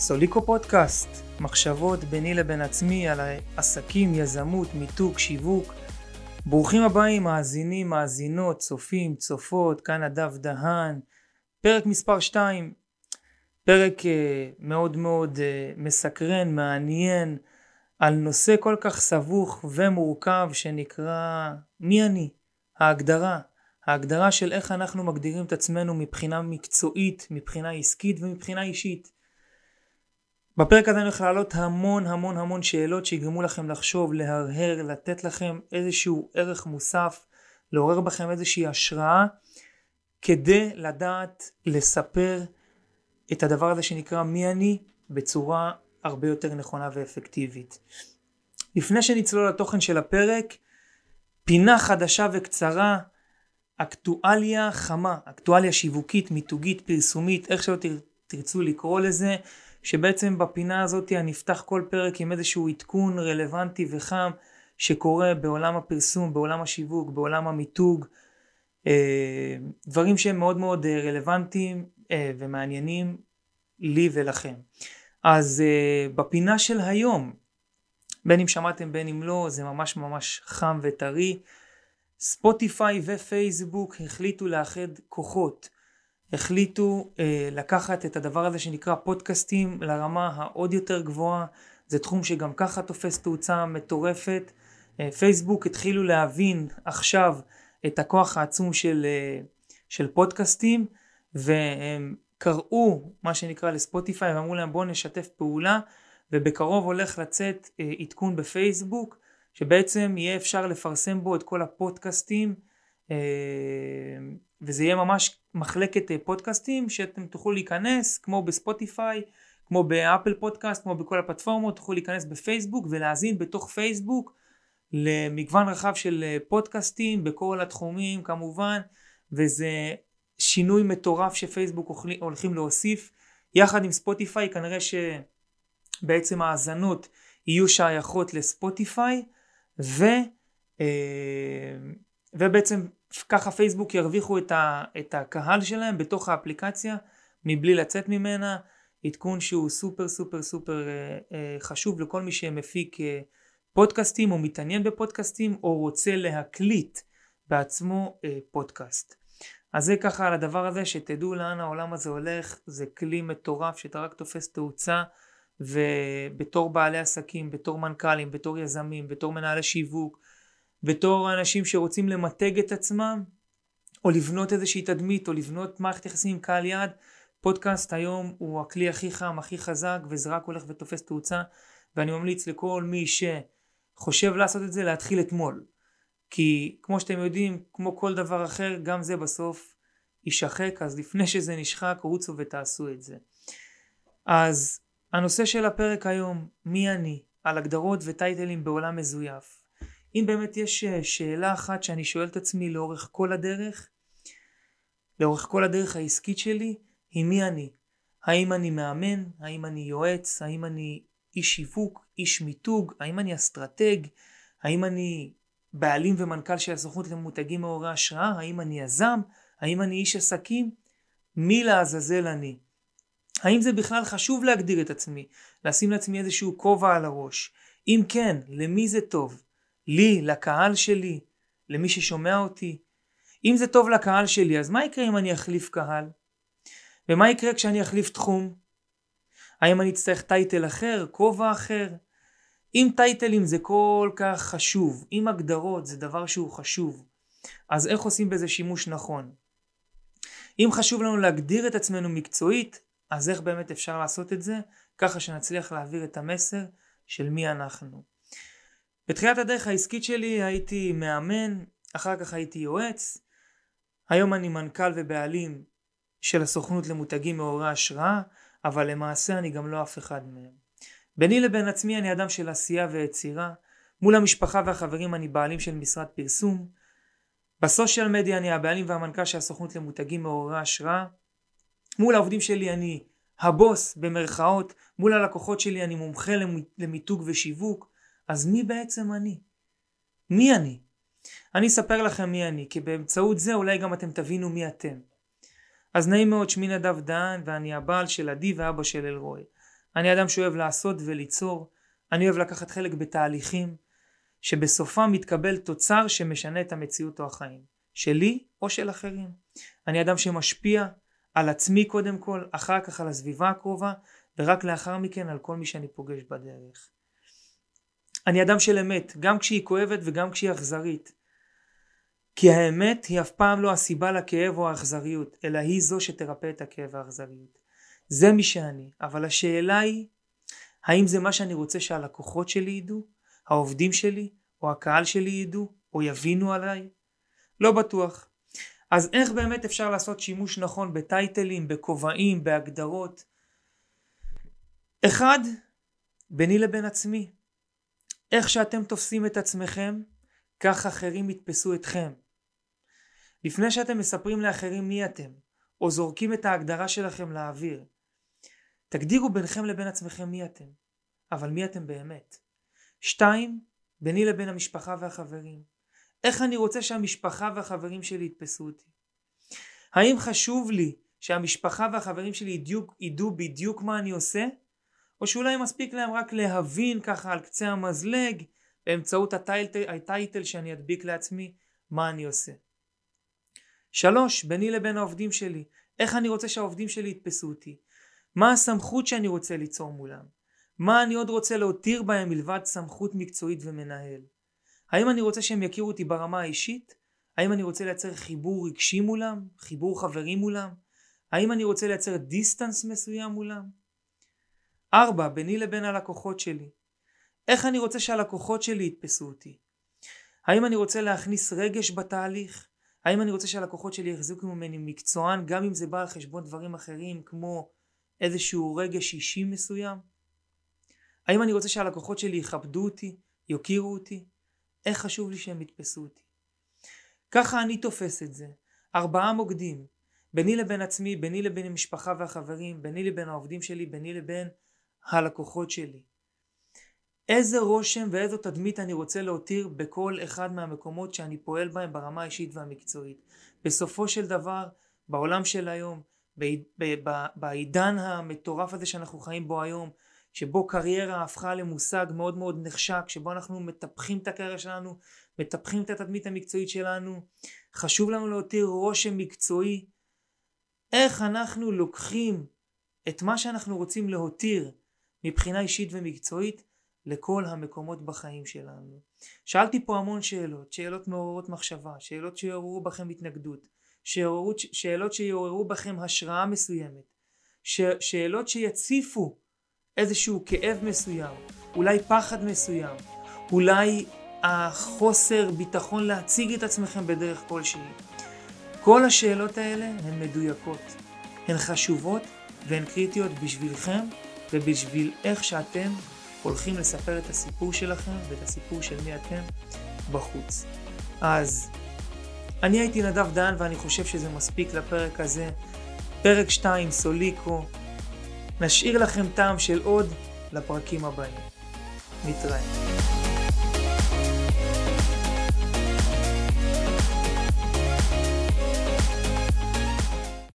סוליקו פודקאסט, מחשבות ביני לבין עצמי על עסקים, יזמות, מיתוג, שיווק. ברוכים הבאים מאזינים, מאזינות, צופים, צופות, כאן נדב דהן. פרק מספר 2, פרק מאוד מאוד מסקרן, מעניין, על נושא כל כך סבוך ומורכב שנקרא מי אני? ההגדרה של איך אנחנו מגדירים את עצמנו מבחינה מקצועית, מבחינה עסקית ומבחינה אישית. בפרק הזה אני הולך להעלות המון שאלות שיגרמו לכם לחשוב, להרהר, לתת לכם איזשהו ערך מוסף, לעורר בכם איזושהי השראה, כדי לדעת לספר את הדבר הזה שנקרא מי אני בצורה הרבה יותר נכונה ואפקטיבית. לפני שנצלול לתוכן של הפרק, פינה חדשה וקצרה, אקטואליה חמה, אקטואליה שיווקית, מיתוגית, פרסומית, איך שלא תרצו לקרוא לזה, שבעצם בפינה הזאת אני אפתח כל פרק עם איזשהו עדכון רלוונטי וחם שקורה בעולם הפרסום, בעולם השיווק, בעולם המיתוג, דברים שהם מאוד מאוד רלוונטיים ומעניינים לי ולכם. אז בפינה של היום, בין אם שמעתם בין אם לא, זה ממש חם וטרי. ספוטיפיי ופייסבוק החליטו לאחד כוחות, החליטו לקחת את הדבר הזה שנקרא פודקאסטים לרמה העוד יותר גבוהה. זה תחום שגם ככה תופס תאוצה מטורפת. פייסבוק התחילו להבין עכשיו את הכוח העצום של פודקאסטים, והם קראו מה שנקרא לספוטיפיי ואמרו להם בואו נשתף פעולה, ובקרוב הולך לצאת עדכון בפייסבוק שבעצם יהיה אפשר לפרסם בו את כל הפודקאסטים, וזה יהיה ממש מחלקת פודקאסטים שאתם תוכלו להיכנס כמו בספוטיפיי, כמו באפל פודקאסט, כמו בכל הפלטפורמות, תוכלו להיכנס בפייסבוק ולהאזין בתוך פייסבוק למגוון רחב של פודקאסטים בכל התחומים כמובן, וזה שינוי מטורף שפייסבוק הולכים להוסיף יחד עם ספוטיפיי. כנראה שבעצם ההאזנות יהיו שייכות לספוטיפיי, ובעצם ככה פייסבוק ירוויחו את הקהל שלהם בתוך האפליקציה מבלי לצאת ממנה. עדכון שהוא סופר חשוב לכל מי שמפיק פודקאסטים או מתעניין בפודקאסטים או רוצה להקליט בעצמו פודקאסט. אז זה ככה על הדבר הזה, שתדעו לאן העולם הזה הולך. זה כלי מטורף שרק תופס תאוצה, ובתור בעלי עסקים, בתור מנכ"לים, בתור יזמים, בתור מנהלי שיווק, בתור אנשים שרוצים למתג את עצמם או לבנות איזושהי תדמית או לבנות מערכת יחסים עם קהל יעד, פודקאסט היום הוא הכלי הכי חם, הכי חזק, וזה רק הולך ותופס תאוצה. ואני ממליץ לכל מי שחושב לעשות את זה להתחיל אתמול, כי כמו שאתם יודעים, כמו כל דבר אחר, גם זה בסוף יישחק. אז לפני שזה נשחק, רוצו ותעשו את זה. אז הנושא של הפרק היום, מי אני? על הגדרות וטייטלים בעולם מזויף. אם באמת יש שאלה אחת שאני שואל את עצמי לאורך כל הדרך העסקית שלי, היא מי אני? האם אני מאמן? האם אני יועץ? האם אני איש שיווק? איש מיתוג? האם אני אסטרטג? האם אני בעלים ומנכ"ל של הסוכנות למותגים מעוררי השראה? האם אני יזם? האם אני איש עסקים? מי לעזאזל אני? האם זה בכלל חשוב להגדיר את עצמי? לשים לעצמי איזשהו כובע על הראש? אם כן, למי זה טוב? לי, לקהל שלי, למי ששומע אותי? אם זה טוב לקהל שלי, אז מה יקרה אם אני אחליף קהל? ומה יקרה כשאני אחליף תחום? האם אני אצטרך טייטל אחר, כובע אחר? אם טייטלים זה כל כך חשוב, אם הגדרות זה דבר שהוא חשוב, אז איך עושים בזה שימוש נכון? אם חשוב לנו להגדיר את עצמנו מקצועית, אז איך באמת אפשר לעשות את זה, ככה שנצליח להעביר את המסר של מי אנחנו? בתחילת הדרך העסקית שלי הייתי מאמן, אחר כך הייתי יועץ, היום אני מנכ"ל ובעלים של הסוכנות למותגים מעוררי השראה, אבל למעשה אני גם לא אף אחד מהם. ביני לבין עצמי אני אדם של עשייה ויצירה, מול המשפחה והחברים אני בעלים של משרד פרסום, בסושיאל מדיה אני הבעלים והמנכ"ל של הסוכנות למותגים מעוררי השראה, מול העובדים שלי אני הבוס במרכאות, מול הלקוחות שלי אני מומחה למיתוג ושיווק. אז מי בעצם אני? מי אני? אני אספר לכם מי אני, כי באמצעות זה אולי גם אתם תבינו מי אתם. אז נעים מאוד, שמי נדב דהן ואני הבעל של עדי ואבא של אלרועי. אני אדם שאוהב לעשות וליצור. אני אוהב לקחת חלק בתהליכים שבסופם מתקבל תוצר שמשנה את המציאות או החיים שלי או של אחרים. אני אדם שמשפיע על עצמי קודם כל, אחר כך על הסביבה הקרובה, ורק לאחר מכן על כל מי שאני פוגש בדרך. אני אדם של אמת, גם כשהיא כואבת וגם כשהיא אכזרית. כי האמת היא אף פעם לא הסיבה לכאב או האכזריות, אלא היא זו שתרפא את הכאב והאכזריות. זה מי שאני, אבל השאלה היא, האם זה מה שאני רוצה שהלקוחות שלי ידעו, העובדים שלי, או הקהל שלי ידעו, או יבינו עליי? לא בטוח. אז איך באמת אפשר לעשות שימוש נכון בטייטלים, בכובעים, בהגדרות? אחד, ביני לבין עצמי. איך שאתם תופסים את עצמכם, כך אחרים יתפסו אתכם. לפני שאתם מספרים לאחרים מי אתם, או זורקים את ההגדרה שלכם לאוויר, תגדירו ביניכם לבין עצמכם מי אתם, אבל מי אתם באמת. 2, ביני לבין המשפחה והחברים. איך אני רוצה שהמשפחה והחברים שלי יתפסו אותי? האם חשוב לי שהמשפחה והחברים שלי ידעו בדיוק מה אני עושה? או שאולי מספיק להם רק להבין ככה על קצה המזלג, באמצעות הטייטל שאני אדביק לעצמי, מה אני עושה? 3, ביני לבין העובדים שלי. איך אני רוצה שהעובדים שלי יתפסו אותי? מה הסמכות שאני רוצה ליצור מולם? מה אני עוד רוצה להותיר בהם מלבד סמכות מקצועית ומנהל? האם אני רוצה שהם יכירו אותי ברמה האישית? האם אני רוצה לייצר חיבור רגשי מולם? חיבור חברים מולם? האם אני רוצה לייצר דיסטנס מסוים מולם? 4, ביני לבין הלקוחות שלי. איך אני רוצה שהלקוחות שלי יתפסו אותי? האם אני רוצה להכניס רגש בתהליך? האם אני רוצה שהלקוחות שלי יחזיקו ממני מקצוען, גם אם זה בא על חשבון דברים אחרים, כמו איזשהו רגש אישי מסוים? האם אני רוצה שהלקוחות שלי יכבדו אותי, יוקירו אותי? איך חשוב לי שהם יתפסו אותי? ככה אני תופס את זה. 4 מוקדים. ביני לבין עצמי, ביני לבין המשפחה והחברים, ביני לבין העובדים שלי, ביני לבין הלקוחות שלי. איזה רושם ואיזו תדמית אני רוצה להותיר בכל אחד מהמקומות שאני פועל בהם ברמה האישית והמקצועית. בסופו של דבר, בעולם של היום, בעידן המטורף הזה שאנחנו חיים בו היום, שבו קריירה הפכה למושג מאוד מאוד נחשק, שבו אנחנו מטפחים את הקריירה שלנו, מטפחים את התדמית המקצועית שלנו, חשוב לנו להותיר רושם מקצועי. איך אנחנו לוקחים את מה שאנחנו רוצים להותיר מבחינה אישית ומקצועית לכל המקומות בחיים שלנו. שאלתי פה המון שאלות מעוררות מחשבה, שאלות שיעוררו בכם התנגדות, שאלות שיעוררו בכם השראה מסוימת, שאלות שיציפו איזשהו כאב מסוים, אולי פחד מסוים, אולי החוסר ביטחון להציג את עצמכם בדרך כלשהי. כל השאלות האלה הן מדויקות, הן חשובות והן קריטיות בשבילכם ובשביל איך שאתם הולכים לספר את הסיפור שלכם ואת הסיפור של מי אתם בחוץ. אז אני הייתי נדב דן ואני חושב שזה מספיק לפרק הזה. פרק 2 סוליקו. נשאיר לכם טעם של עוד לפרקים הבאים. נתראה.